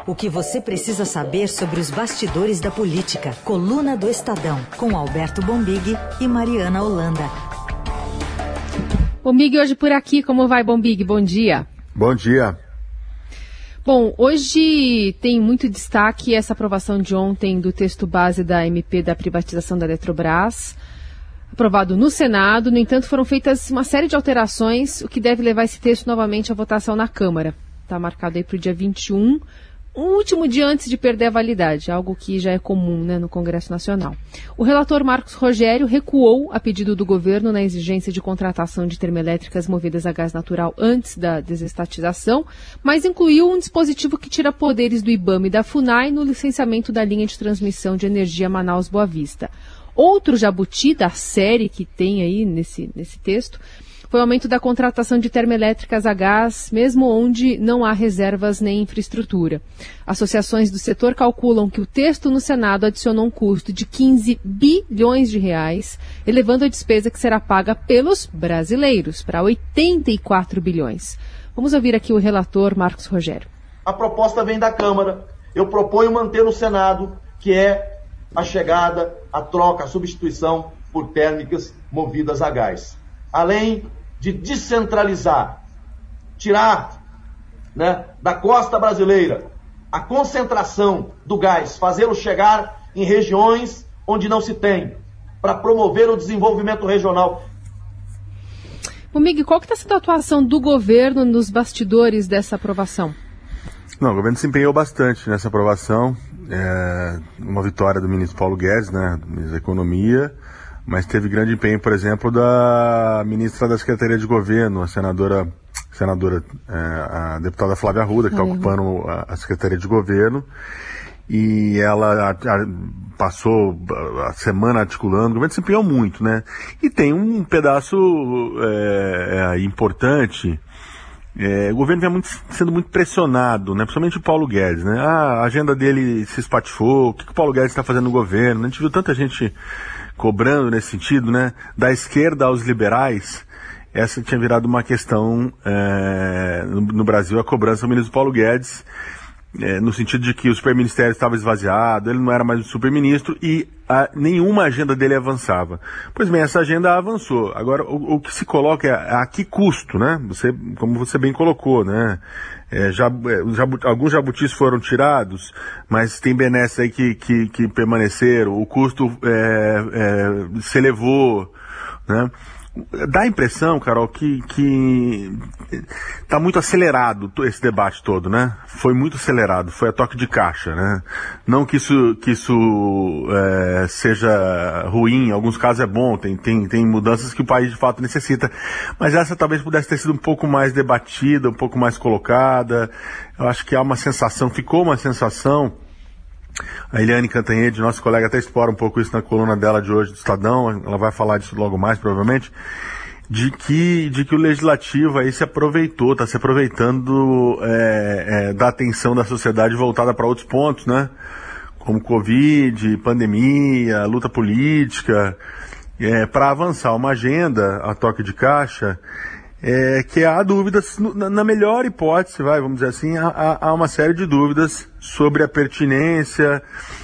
O que você precisa saber sobre os bastidores da política. Coluna do Estadão, com Alberto Bombig e Mariana Holanda. Bombig, hoje por aqui, como vai, Bombig? Bom dia. Bom dia. Bom, hoje tem muito destaque essa aprovação de ontem do texto base da MP da privatização da Eletrobras, aprovado no Senado. No entanto, foram feitas uma série de alterações, o que deve levar esse texto novamente à votação na Câmara. Está marcado aí para o dia 21, o último dia antes de perder a validade, algo que já é comum, né, no Congresso Nacional. O relator Marcos Rogério recuou a pedido do governo na exigência de contratação de termoelétricas movidas a gás natural antes da desestatização, mas incluiu um dispositivo que tira poderes do IBAMA e da FUNAI no licenciamento da linha de transmissão de energia Manaus-Boa Vista. Outro jabuti da série que tem aí nesse texto foi o aumento da contratação de termoelétricas a gás, mesmo onde não há reservas nem infraestrutura. Associações do setor calculam que o texto no Senado adicionou um custo de 15 bilhões de reais, elevando a despesa que será paga pelos brasileiros para 84 bilhões. Vamos ouvir aqui o relator Marcos Rogério. A proposta vem da Câmara. Eu proponho manter no Senado, que é a chegada, a troca, a substituição por térmicas movidas a gás. Além de descentralizar, tirar, né, da costa brasileira a concentração do gás, fazê-lo chegar em regiões onde não se tem, para promover o desenvolvimento regional. Bombig, qual que está sendo a atuação do governo nos bastidores dessa aprovação? Não, o governo se empenhou bastante nessa aprovação, uma vitória do ministro Paulo Guedes, né, do ministro da Economia, mas teve grande empenho, por exemplo, da ministra da Secretaria de Governo, a deputada Flávia Arruda, que está ocupando a Secretaria de Governo, e ela passou a semana articulando, o governo se empenhou muito, né? E tem um pedaço importante. O governo vem sendo muito pressionado, né? Principalmente o Paulo Guedes, né? A agenda dele se espatifou, o que o Paulo Guedes está fazendo no governo? A gente viu tanta gente cobrando nesse sentido, né? Da esquerda aos liberais, essa tinha virado uma questão no Brasil, a cobrança do ministro Paulo Guedes, no sentido de que o superministério estava esvaziado, ele não era mais o superministro e nenhuma agenda dele avançava. Pois bem, essa agenda avançou. Agora, o que se coloca é a que custo, né? Como você bem colocou, né? Alguns jabutis foram tirados, mas tem benesses aí que permaneceram, o custo se elevou, né? Dá a impressão, Carol, que tá muito acelerado esse debate todo, né? Foi muito acelerado, foi a toque de caixa, né? Não que isso seja ruim, em alguns casos é bom, tem mudanças que o país de fato necessita, mas essa talvez pudesse ter sido um pouco mais debatida, um pouco mais colocada. Eu acho que ficou uma sensação. A Eliane Cantanhede, nossa colega, até explora um pouco isso na coluna dela de hoje do Estadão, ela vai falar disso logo mais, provavelmente, de que o Legislativo aí está se aproveitando da atenção da sociedade voltada para outros pontos, né? Como Covid, pandemia, luta política, para avançar uma agenda a toque de caixa, que há dúvidas, na melhor hipótese, vamos dizer assim, há uma série de dúvidas sobre a pertinência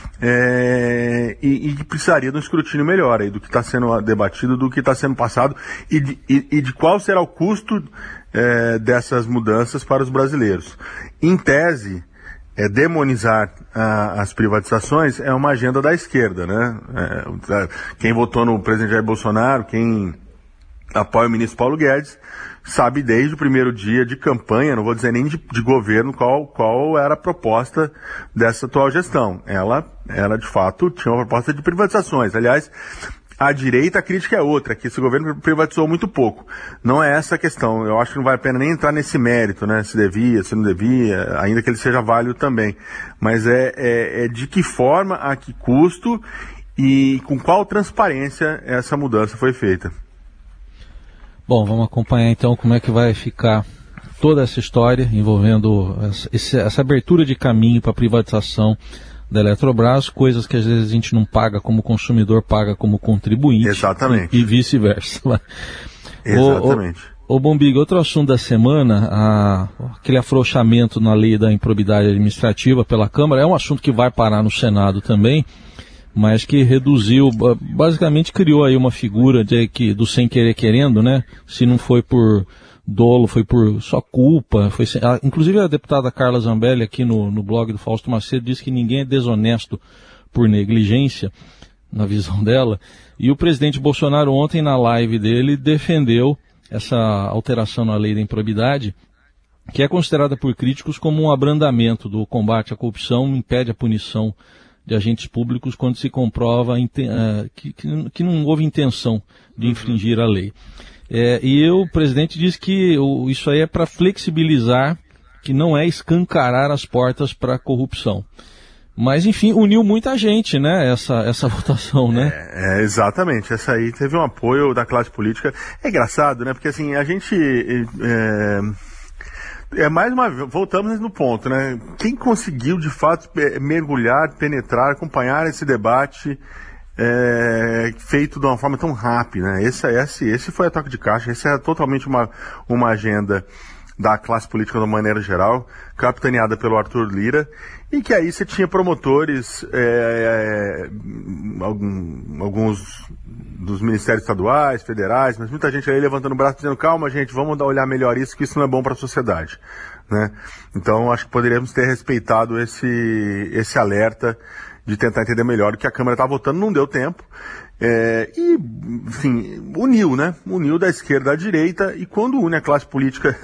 e que precisaria de um escrutínio melhor aí do que está sendo debatido, do que está sendo passado e de qual será o custo dessas mudanças para os brasileiros. Em tese, demonizar as privatizações é uma agenda da esquerda, né? Quem votou no presidente Jair Bolsonaro, quem apoia o ministro Paulo Guedes, sabe desde o primeiro dia de campanha, não vou dizer nem de governo, qual era a proposta dessa atual gestão. Ela de fato tinha uma proposta de privatizações. Aliás, à direita a crítica é outra, que esse governo privatizou muito pouco. Não é essa a questão. Eu acho que não vale a pena nem entrar nesse mérito, né? Se devia, se não devia, ainda que ele seja válido também. Mas é de que forma, a que custo e com qual transparência essa mudança foi feita. Bom, vamos acompanhar então como é que vai ficar toda essa história envolvendo essa abertura de caminho para a privatização da Eletrobras, coisas que às vezes a gente não paga como consumidor, paga como contribuinte. Exatamente. E vice-versa. Exatamente. Ô Bombig, outro assunto da semana, aquele afrouxamento na lei da improbidade administrativa pela Câmara, é um assunto que vai parar no Senado também, mas que reduziu, basicamente criou aí uma figura do sem querer querendo, né? Se não foi por dolo, foi por só culpa. Inclusive a deputada Carla Zambelli aqui no blog do Fausto Macedo disse que ninguém é desonesto por negligência, na visão dela. E o presidente Bolsonaro ontem na live dele defendeu essa alteração na lei da improbidade, que é considerada por críticos como um abrandamento do combate à corrupção, impede a punição de agentes públicos quando se comprova que não houve intenção de infringir a lei. E o presidente diz que isso aí é para flexibilizar, que não é escancarar as portas para a corrupção. Mas, enfim, uniu muita gente, né, essa votação, né? Exatamente. Essa aí teve um apoio da classe política. É engraçado, né? Porque, assim, a gente... voltamos no ponto, né? Quem conseguiu, de fato, mergulhar, penetrar, acompanhar esse debate feito de uma forma tão rápida, né? Esse foi a toque de caixa, esse é totalmente uma agenda da classe política de uma maneira geral, capitaneada pelo Arthur Lira, e que aí você tinha promotores, alguns dos ministérios estaduais, federais, mas muita gente aí levantando o braço dizendo, calma gente, vamos olhar melhor isso, que isso não é bom para a sociedade, né? Então acho que poderíamos ter respeitado esse alerta de tentar entender melhor o que a Câmara está votando, não deu tempo. E, enfim, uniu, né? Uniu da esquerda à direita, e quando une a classe política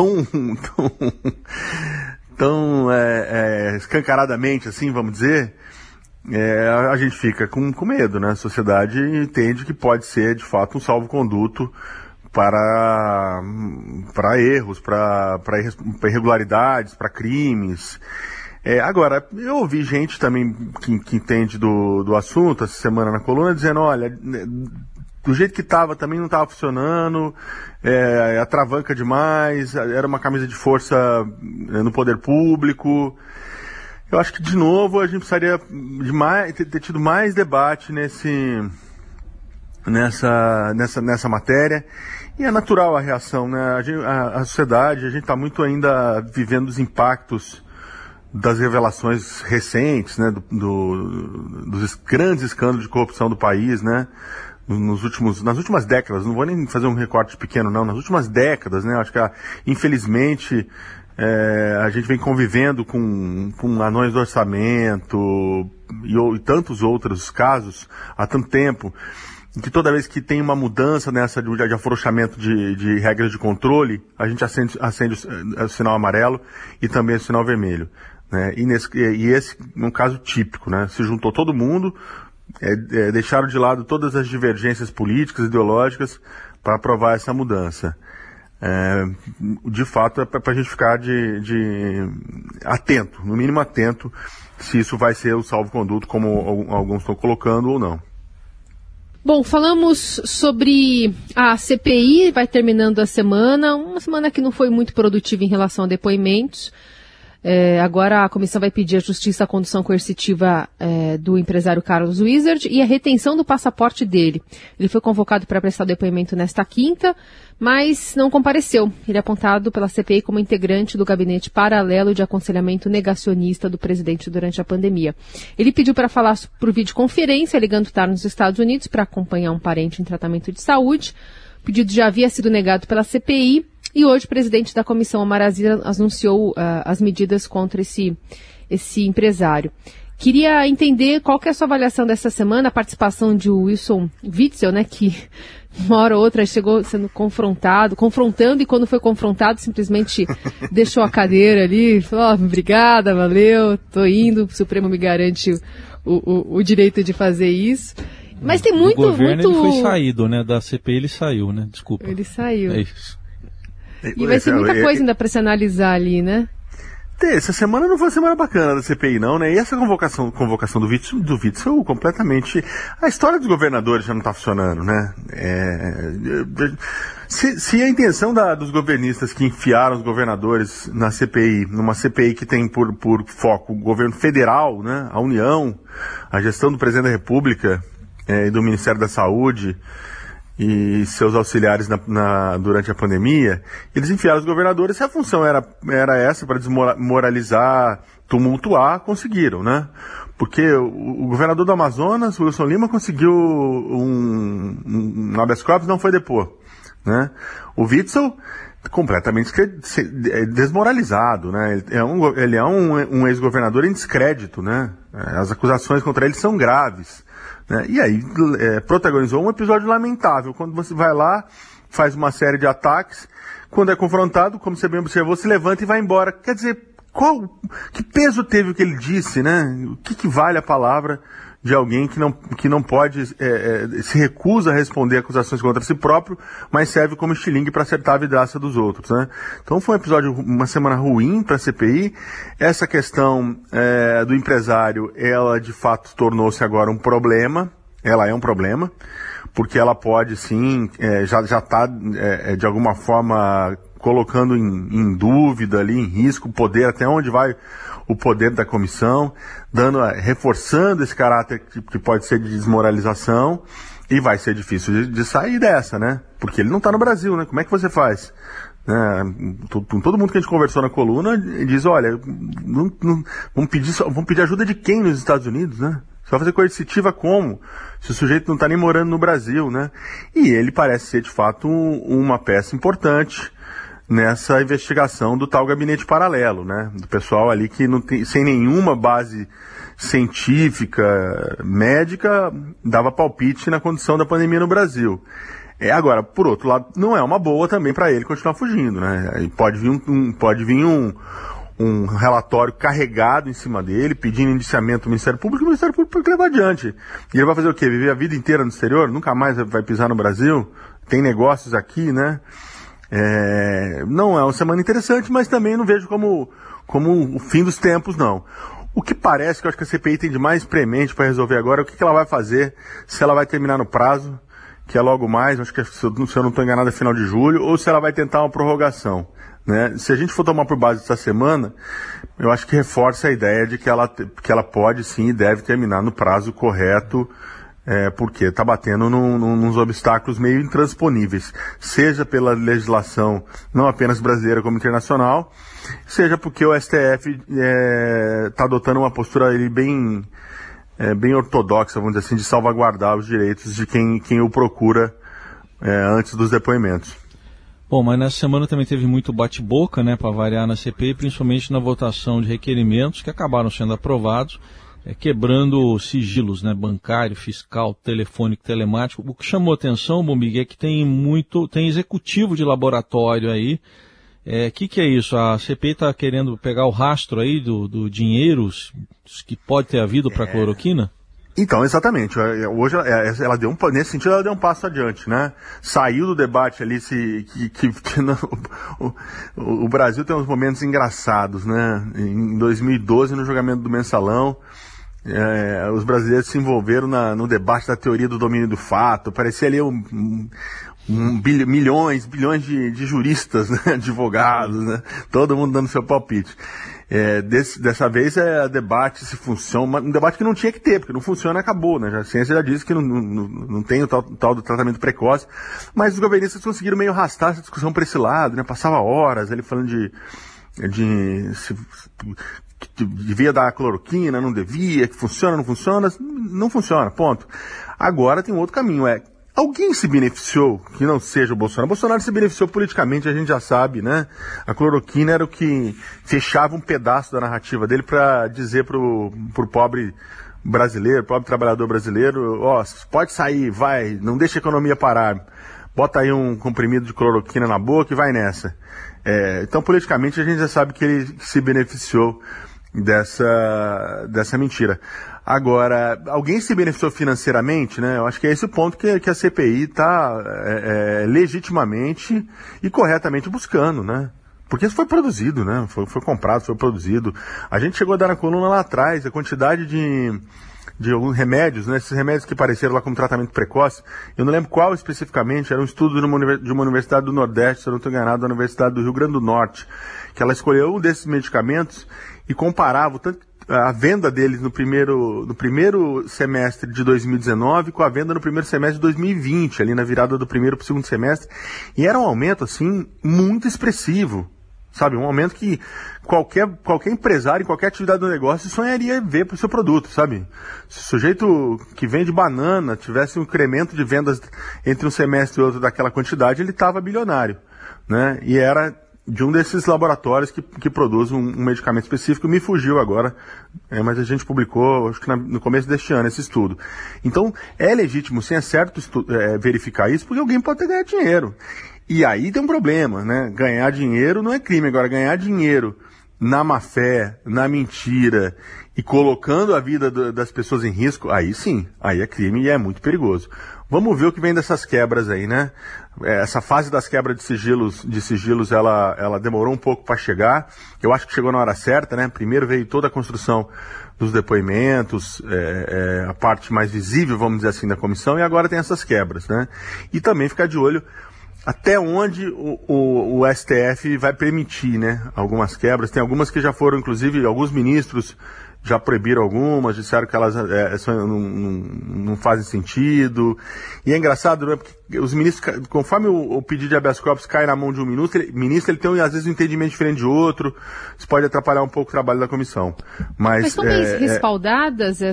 tão escancaradamente, assim, vamos dizer, a gente fica com medo, né? A sociedade entende que pode ser, de fato, um salvo-conduto para erros, para irregularidades, para crimes. Agora, eu ouvi gente também que entende do assunto essa semana na coluna dizendo, olha, do jeito que estava também não estava funcionando, atravanca demais, era uma camisa de força no poder público. Eu acho que, de novo, a gente precisaria ter tido mais debate nessa matéria. E é natural a reação, né? A sociedade, a gente está muito ainda vivendo os impactos das revelações recentes, né, dos grandes escândalos de corrupção do país, né, nas últimas décadas, não vou nem fazer um recorte pequeno não, nas últimas décadas, né, acho que infelizmente a gente vem convivendo com anões do orçamento e tantos outros casos há tanto tempo, que toda vez que tem uma mudança nessa de afrouxamento de regras de controle, a gente acende o sinal amarelo e também o sinal vermelho. Né? E esse é um caso típico, né? Se juntou todo mundo, deixaram de lado todas as divergências políticas, ideológicas, para aprovar essa mudança. De fato, é para a gente ficar atento, no mínimo atento, se isso vai ser o salvo-conduto, como alguns estão colocando ou não. Bom, falamos sobre a CPI, vai terminando a semana, uma semana que não foi muito produtiva em relação a depoimentos. Agora a comissão vai pedir à Justiça a condução coercitiva do empresário Carlos Wizard e a retenção do passaporte dele. Ele foi convocado para prestar depoimento nesta quinta, mas não compareceu. Ele é apontado pela CPI como integrante do gabinete paralelo de aconselhamento negacionista do presidente durante a pandemia. Ele pediu para falar por videoconferência, alegando estar nos Estados Unidos para acompanhar um parente em tratamento de saúde. O pedido já havia sido negado pela CPI. E hoje o presidente da comissão, Omar Aziz, anunciou as medidas contra esse empresário. Queria entender qual que é a sua avaliação dessa semana, a participação de Wilson Witzel, né, que uma hora ou outra chegou sendo confrontando, e quando foi confrontado simplesmente deixou a cadeira ali, falou, obrigada, valeu, tô indo, o Supremo me garante o direito de fazer isso. Mas tem muito... O governo ele foi saído, né, da CPI ele saiu, né, desculpa. Ele saiu. É isso. E vai ser muita coisa ainda para se analisar ali, né? Essa semana não foi uma semana bacana da CPI, não, né? E essa convocação do Witzel completamente... A história dos governadores já não está funcionando, né? Se a intenção dos governistas que enfiaram os governadores na CPI, numa CPI que tem por foco o governo federal, né? A União, a gestão do presidente da República e do Ministério da Saúde... e seus auxiliares durante a pandemia, eles enfiaram os governadores, se a função era essa, para desmoralizar, tumultuar, conseguiram, né? Porque o governador do Amazonas, Wilson Lima, conseguiu um habeas corpus, não foi depor, né? O Witzel, completamente desmoralizado, né? Ele é um ex-governador em descrédito, né? As acusações contra ele são graves, né? E aí protagonizou um episódio lamentável, quando você vai lá, faz uma série de ataques, quando é confrontado, como você bem observou, se levanta e vai embora. Quer dizer, que peso teve o que ele disse, né? O que vale a palavra de alguém que não pode, se recusa a responder acusações contra si próprio, mas serve como estilingue para acertar a vidraça dos outros, né? Então foi um episódio, uma semana ruim para a CPI. Essa questão do empresário, ela de fato tornou-se agora um problema. Ela é um problema, porque ela pode sim, já está de alguma forma colocando em dúvida ali, em risco, o poder, até onde vai o poder da comissão, reforçando esse caráter que pode ser de desmoralização, e vai ser difícil de sair dessa, né? Porque ele não está no Brasil, né? Como é que você faz? Todo mundo que a gente conversou na coluna diz, olha, vamos pedir ajuda de quem nos Estados Unidos, né? Você vai fazer coercitiva como? Se o sujeito não está nem morando no Brasil, né? E ele parece ser, de fato, uma peça importante nessa investigação do tal gabinete paralelo, né? Do pessoal ali que não tem, sem nenhuma base científica, médica, dava palpite na condição da pandemia no Brasil. Agora, por outro lado, não é uma boa também para ele continuar fugindo, né? Pode vir um relatório carregado em cima dele, pedindo indiciamento do Ministério Público, e o Ministério Público vai levar adiante. E ele vai fazer o quê? Viver a vida inteira no exterior? Nunca mais vai pisar no Brasil? Tem negócios aqui, né? Não é uma semana interessante, mas também não vejo como o fim dos tempos, não. O que parece que eu acho que a CPI tem de mais premente para resolver agora é o que ela vai fazer, se ela vai terminar no prazo, que é logo mais, acho que se eu não estou enganado é final de julho, ou se ela vai tentar uma prorrogação, né? Se a gente for tomar por base essa semana, eu acho que reforça a ideia de que ela pode sim e deve terminar no prazo correto, porque está batendo nos obstáculos meio intransponíveis, seja pela legislação não apenas brasileira como internacional, seja porque o STF está adotando uma postura ali bem ortodoxa, vamos dizer assim, de salvaguardar os direitos de quem o procura antes dos depoimentos. Bom, mas nessa semana também teve muito bate-boca, né, para variar na CPI, principalmente na votação de requerimentos que acabaram sendo aprovados, quebrando sigilos, né, bancário, fiscal, telefônico, telemático. O que chamou atenção, Bombig, é que tem executivo de laboratório aí. Que é isso? A CPI está querendo pegar o rastro aí do dinheiro que pode ter havido para a cloroquina? Então, exatamente. Hoje, ela deu nesse sentido, ela deu um passo adiante, né? Saiu do debate ali o Brasil tem uns momentos engraçados, né? Em 2012, no julgamento do Mensalão, os brasileiros se envolveram no debate da teoria do domínio do fato. Parecia ali bilhões de juristas, né? Advogados, né? Todo mundo dando seu palpite. Dessa vez debate se funciona, um debate que não tinha que ter, porque não funciona, acabou, né? A ciência já disse que não tem o tal do tratamento precoce, mas os governistas conseguiram meio arrastar essa discussão para esse lado, né? Passava horas ele falando que devia dar cloroquina, não devia, que funciona, não funciona, ponto. Agora tem um outro caminho, alguém se beneficiou, que não seja o Bolsonaro. O Bolsonaro se beneficiou politicamente, a gente já sabe, né? A cloroquina era o que fechava um pedaço da narrativa dele para dizer pro pobre brasileiro, pobre trabalhador brasileiro, pode sair, vai, não deixa a economia parar. Bota aí um comprimido de cloroquina na boca e vai nessa. Então, politicamente, a gente já sabe que ele se beneficiou dessa mentira. Agora, alguém se beneficiou financeiramente, né? Eu acho que é esse o ponto que a CPI está legitimamente e corretamente buscando, né? Porque isso foi produzido, né? Foi comprado, foi produzido. A gente chegou a dar na coluna lá atrás a quantidade de alguns remédios, né? Esses remédios que apareceram lá como tratamento precoce. Eu não lembro qual especificamente, era um estudo de uma universidade do Nordeste, se eu não estou enganado, da Universidade do Rio Grande do Norte, que ela escolheu um desses medicamentos e comparava o a venda deles no primeiro semestre de 2019 com a venda no primeiro semestre de 2020, ali na virada do primeiro para o segundo semestre, e era um aumento assim muito expressivo, sabe, um aumento que qualquer empresário em qualquer atividade do negócio sonharia ver para o seu produto, sabe? Se o sujeito que vende banana tivesse um incremento de vendas entre um semestre e outro daquela quantidade, ele estava bilionário, né? E era de um desses laboratórios que produz um medicamento específico. Me fugiu agora, mas a gente publicou, acho que no começo deste ano, esse estudo. Então, é legítimo, sim, é certo verificar isso, porque alguém pode ter ganhado dinheiro. E aí tem um problema, né? Ganhar dinheiro não é crime. Agora, ganhar dinheiro na má-fé, na mentira e colocando a vida das pessoas em risco, aí sim, aí é crime e é muito perigoso. Vamos ver o que vem dessas quebras aí, né? Essa fase das quebras de sigilos ela demorou um pouco para chegar. Eu acho que chegou na hora certa, né? Primeiro veio toda a construção dos depoimentos, a parte mais visível, vamos dizer assim, da comissão, e agora tem essas quebras, né? E também ficar de olho até onde o STF vai permitir, né, algumas quebras. Tem algumas que já foram, inclusive, alguns ministros já proibiram algumas, disseram que elas não fazem sentido. E é engraçado, né, porque os ministros, conforme o pedido de habeas corpus cai na mão de um ministro, ele tem, às vezes, um entendimento diferente de outro. Isso pode atrapalhar um pouco o trabalho da comissão. Mas estão bem respaldadas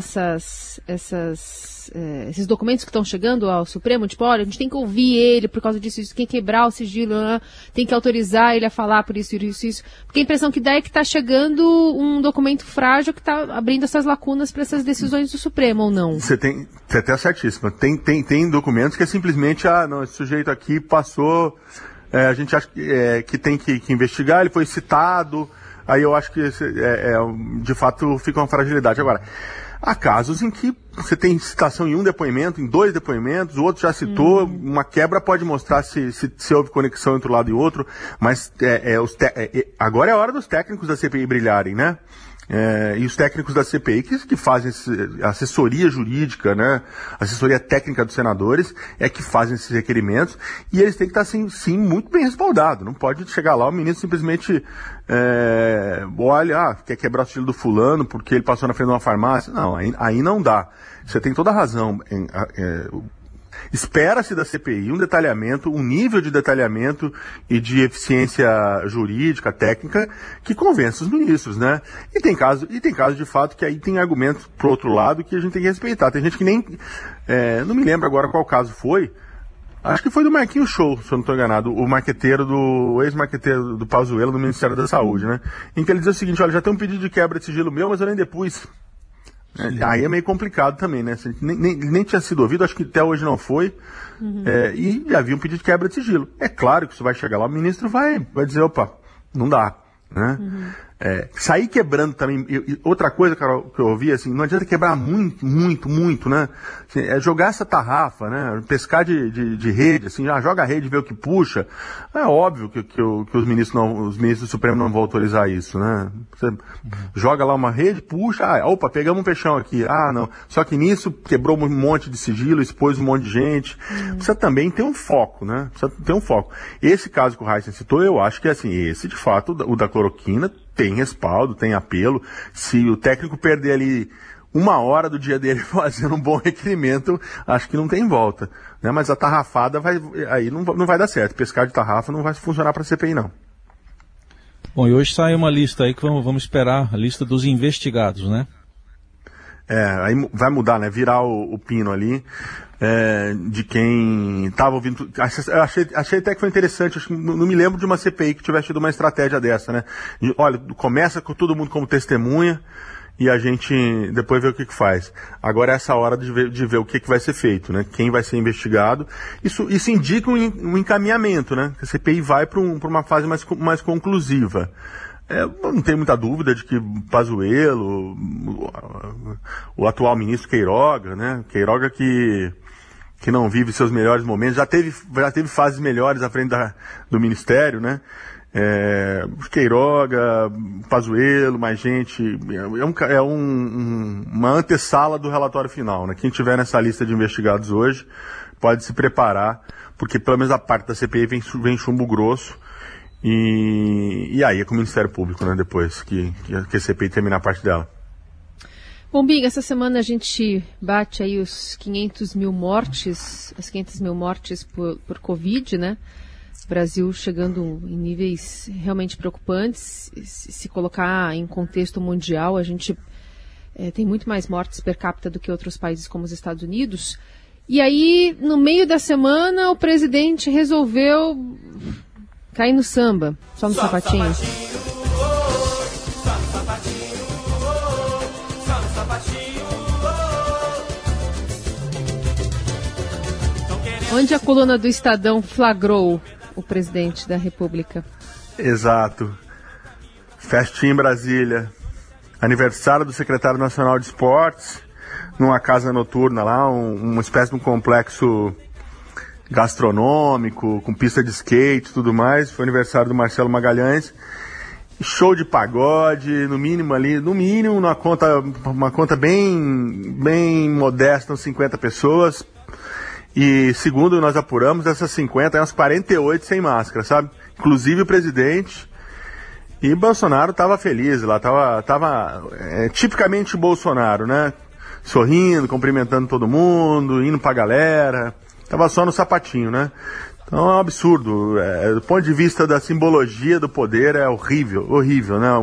esses documentos que estão chegando ao Supremo? Tipo, olha, a gente tem que ouvir ele por causa disso, tem que quebrar o sigilo, né? Tem que autorizar ele a falar por isso. Porque a impressão que dá é que está chegando um documento frágil que está abrindo essas lacunas para essas decisões do Supremo, ou não? Você está certíssima. Tem documentos que é simplesmente, não, esse sujeito aqui passou, a gente acha que tem que investigar, ele foi citado, aí eu acho que de fato fica uma fragilidade. Agora, há casos em que você tem citação em um depoimento, em dois depoimentos, o outro já citou, uma quebra pode mostrar se houve conexão entre um lado e outro, mas agora é a hora dos técnicos da CPI brilharem, né? E os técnicos da CPI que fazem assessoria jurídica, né? Assessoria técnica dos senadores que fazem esses requerimentos, e eles têm que estar sim muito bem respaldados. Não pode chegar lá o ministro simplesmente olha, quer quebrar o sigilo do fulano porque ele passou na frente de uma farmácia. Não, aí não dá. Você tem toda a razão. Espera-se da CPI um detalhamento, um nível de detalhamento e de eficiência jurídica, técnica, que convença os ministros, né? E tem caso de fato que aí tem argumentos pro outro lado que a gente tem que respeitar. Tem gente que nem, não me lembro agora qual caso foi, acho que foi do Marquinhos Show, se eu não estou enganado, o ex-marqueteiro do Pazuello do Ministério da Saúde, né? Em que ele diz o seguinte, olha, já tem um pedido de quebra de sigilo meu, mas eu nem depus. Aí é meio complicado também, né? Nem tinha sido ouvido, acho que até hoje não foi, e havia um pedido de quebra de sigilo. É claro que isso vai chegar lá, o ministro vai dizer, opa, não dá, né? Sair quebrando também, outra coisa, Carol, que eu ouvi, assim, não adianta quebrar muito, né? Assim, jogar essa tarrafa, né? Pescar de rede, assim, joga a rede e vê o que puxa. É óbvio que os ministros do Supremo não vão autorizar isso, né? Você joga lá uma rede, puxa, opa, pegamos um peixão aqui. Não. Só que nisso quebrou um monte de sigilo, expôs um monte de gente. Precisa também ter um foco, né? Precisa ter um foco. Esse caso que o Heisen citou, eu acho que, assim, esse, de fato, o da cloroquina, tem respaldo, tem apelo. Se o técnico perder ali 1 hora do dia dele fazendo um bom requerimento, acho que não tem volta, né? Mas a tarrafada aí não vai dar certo. Pescar de tarrafa não vai funcionar para a CPI, não. Bom, e hoje sai uma lista aí que vamos esperar, a lista dos investigados, né? Aí vai mudar, né? Virar o pino ali. De quem estava ouvindo. Achei até que foi interessante. Não me lembro de uma CPI que tivesse tido uma estratégia dessa, né? Olha, começa com todo mundo como testemunha e a gente depois vê o que faz. Agora é essa hora de ver o que vai ser feito, né? Quem vai ser investigado. Isso indica um encaminhamento, né? A CPI vai para uma fase mais conclusiva. Não tenho muita dúvida de que Pazuello, o atual ministro Queiroga, né? Queiroga que não vive seus melhores momentos, já teve fases melhores à frente do Ministério, né? Queiroga, Pazuello, mais gente, uma antessala do relatório final, né? Quem tiver nessa lista de investigados hoje pode se preparar, porque pelo menos a parte da CPI vem chumbo grosso, e aí é com o Ministério Público, né? Depois que a CPI terminar a parte dela. Bom, Big, essa semana a gente bate aí os 500 mil mortes, as 500 mil mortes por Covid, né? O Brasil chegando em níveis realmente preocupantes. Se colocar em contexto mundial, a gente tem muito mais mortes per capita do que outros países como os Estados Unidos. E aí, no meio da semana, o presidente resolveu cair no samba, só no sapatinho. Onde a coluna do Estadão flagrou o presidente da República? Exato. Festinha em Brasília. Aniversário do secretário nacional de esportes, numa casa noturna lá, uma espécie de um complexo gastronômico, com pista de skate e tudo mais. Foi aniversário do Marcelo Magalhães. Show de pagode, no mínimo, uma conta bem modesta, uns 50 pessoas. E segundo nós apuramos, dessas 50, umas 48 sem máscara, sabe? Inclusive o presidente. E Bolsonaro estava feliz lá, tava tipicamente Bolsonaro, né? Sorrindo, cumprimentando todo mundo, indo pra galera. Tava só no sapatinho, né? Então é um absurdo. Do ponto de vista da simbologia do poder, é horrível, né?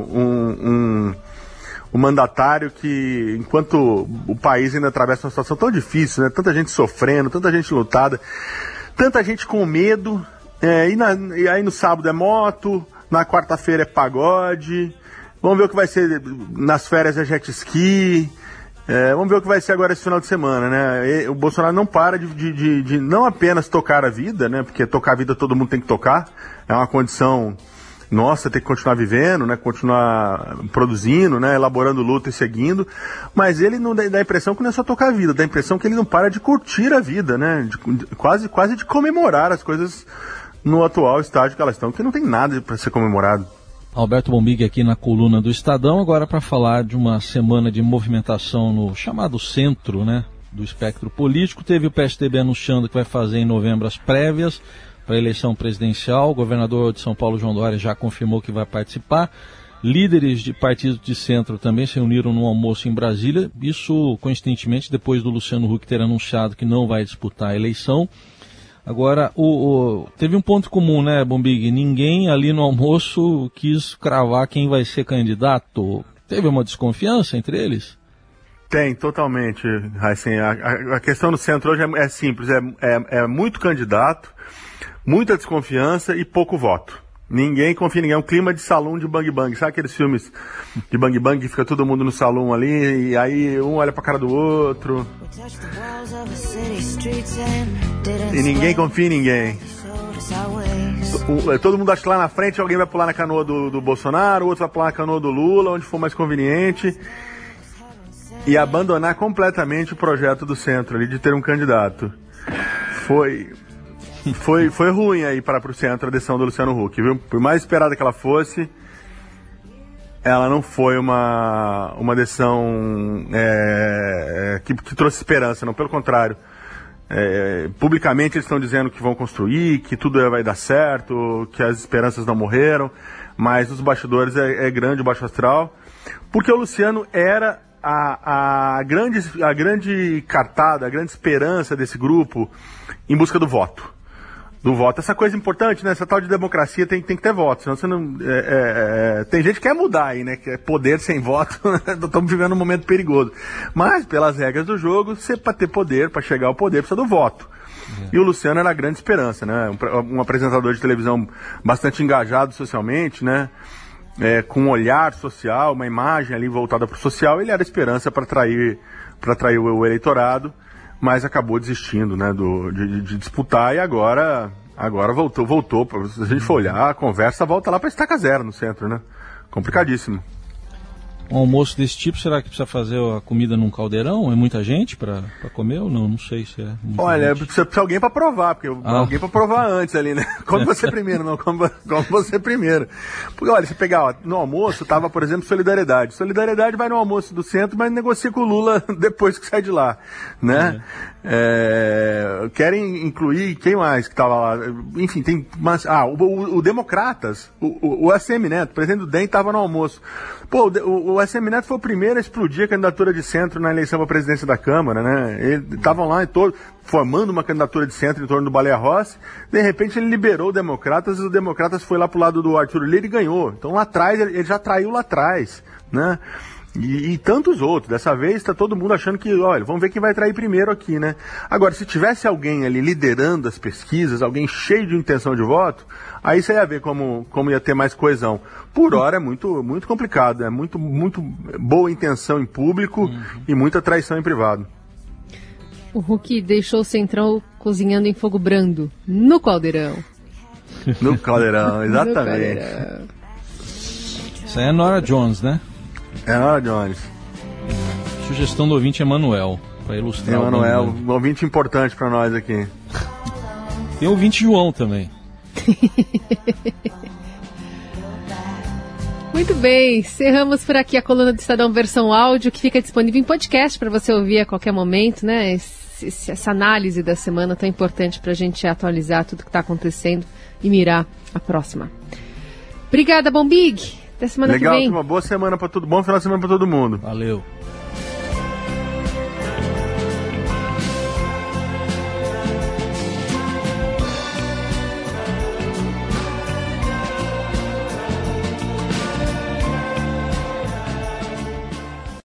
Um mandatário que, enquanto o país ainda atravessa uma situação tão difícil, né? Tanta gente sofrendo, tanta gente lutada, tanta gente com medo, e aí no sábado é moto, na quarta-feira é pagode, vamos ver o que vai ser nas férias é jet ski, vamos ver o que vai ser agora esse final de semana, né? O Bolsonaro não para de não apenas tocar a vida, né? Porque tocar a vida todo mundo tem que tocar, é uma condição nossa, tem que continuar vivendo, né? Continuar produzindo, né? Elaborando luta e seguindo, mas ele não dá a impressão que não é só tocar a vida, dá a impressão que ele não para de curtir a vida, né? Quase de comemorar as coisas no atual estágio que elas estão, que não tem nada para ser comemorado. Alberto Bombig aqui na coluna do Estadão, agora para falar de uma semana de movimentação no chamado centro, né, do espectro político. Teve o PSDB anunciando que vai fazer em novembro as prévias para a eleição presidencial. O governador de São Paulo, João Dória, já confirmou que vai participar. Líderes de partidos de centro também se reuniram num almoço em Brasília. Isso, coincidentemente, depois do Luciano Huck ter anunciado que não vai disputar a eleição. Agora, teve um ponto comum, né, Bombig? Ninguém ali no almoço quis cravar quem vai ser candidato. Teve uma desconfiança entre eles? Tem, totalmente, Raíssen. A questão no centro hoje é simples, é muito candidato, muita desconfiança e pouco voto. Ninguém confia em ninguém, é um clima de salão de bang bang. Sabe aqueles filmes de bang bang que fica todo mundo no salão ali, e aí um olha pra cara do outro, e ninguém confia em ninguém. Todo mundo acha que lá na frente alguém vai pular na canoa do Bolsonaro, o outro vai pular na canoa do Lula, onde for mais conveniente, e abandonar completamente o projeto do centro ali de ter um candidato. Foi ruim aí para o centro a decisão do Luciano Huck, viu? Por mais esperada que ela fosse, ela não foi uma decisão que trouxe esperança, não, pelo contrário. Publicamente eles estão dizendo que vão construir, que tudo vai dar certo, que as esperanças não morreram, mas nos bastidores é grande o baixo astral, porque o Luciano era a grande cartada, a grande esperança desse grupo em busca do voto. Essa coisa importante, né? Essa tal de democracia tem que ter voto, senão você não... tem gente que quer mudar aí, né? Que é poder sem voto, estamos vivendo um momento perigoso. Mas, pelas regras do jogo, você, para ter poder, para chegar ao poder, precisa do voto. E o Luciano era a grande esperança, né? Um apresentador de televisão bastante engajado socialmente, né? Com um olhar social, uma imagem ali voltada para o social, ele era a esperança para atrair o eleitorado, mas acabou desistindo, né, de disputar, e agora voltou. Se a gente for olhar, a conversa volta lá para estaca zero no centro, né? Complicadíssimo. Um almoço desse tipo, será que precisa fazer a comida num caldeirão? É muita gente para comer ou não? Não sei se é. Olha, precisa alguém para provar, porque alguém para provar antes ali, né? Come você primeiro, não come você primeiro. Porque, olha, se pegar no almoço, tava, por exemplo, Solidariedade. Solidariedade vai no almoço do centro, mas negocia com o Lula depois que sai de lá, né? Querem incluir, quem mais que estava lá? Enfim, tem... o Democratas, o ACM Neto, o presidente do DEM, estava no almoço. Pô, o ACM Neto foi o primeiro a explodir a candidatura de centro na eleição para a presidência da Câmara, né? Eles estavam lá formando uma candidatura de centro em torno do Baleia Rossi. De repente ele liberou o Democratas e o Democratas foi lá pro lado do Arthur Lira e ganhou. Então lá atrás, ele já traiu lá atrás, né? E tantos outros. Dessa vez está todo mundo achando que, olha, vamos ver quem vai trair primeiro aqui, né? Agora, se tivesse alguém ali liderando as pesquisas, alguém cheio de intenção de voto, aí você ia ver como ia ter mais coesão. Por hora é muito, muito complicado, é muito boa intenção em público e muita traição em privado. O Huck deixou o Centrão cozinhando em fogo brando, no caldeirão. No caldeirão, exatamente. No caldeirão. Isso aí é Nora Jones, né? É Nora Jones. Sugestão do ouvinte Emanuel, para ilustrar. Emanuel, um ouvinte importante para nós aqui. Tem o ouvinte João também. Muito bem, encerramos por aqui a coluna do Estadão versão áudio, que fica disponível em podcast para você ouvir a qualquer momento, né? Essa análise da semana tão importante para a gente atualizar tudo que está acontecendo e mirar a próxima. Obrigada, Bombig. Até semana que vem. Legal, uma boa semana para todo mundo. Bom final de semana para todo mundo. Valeu.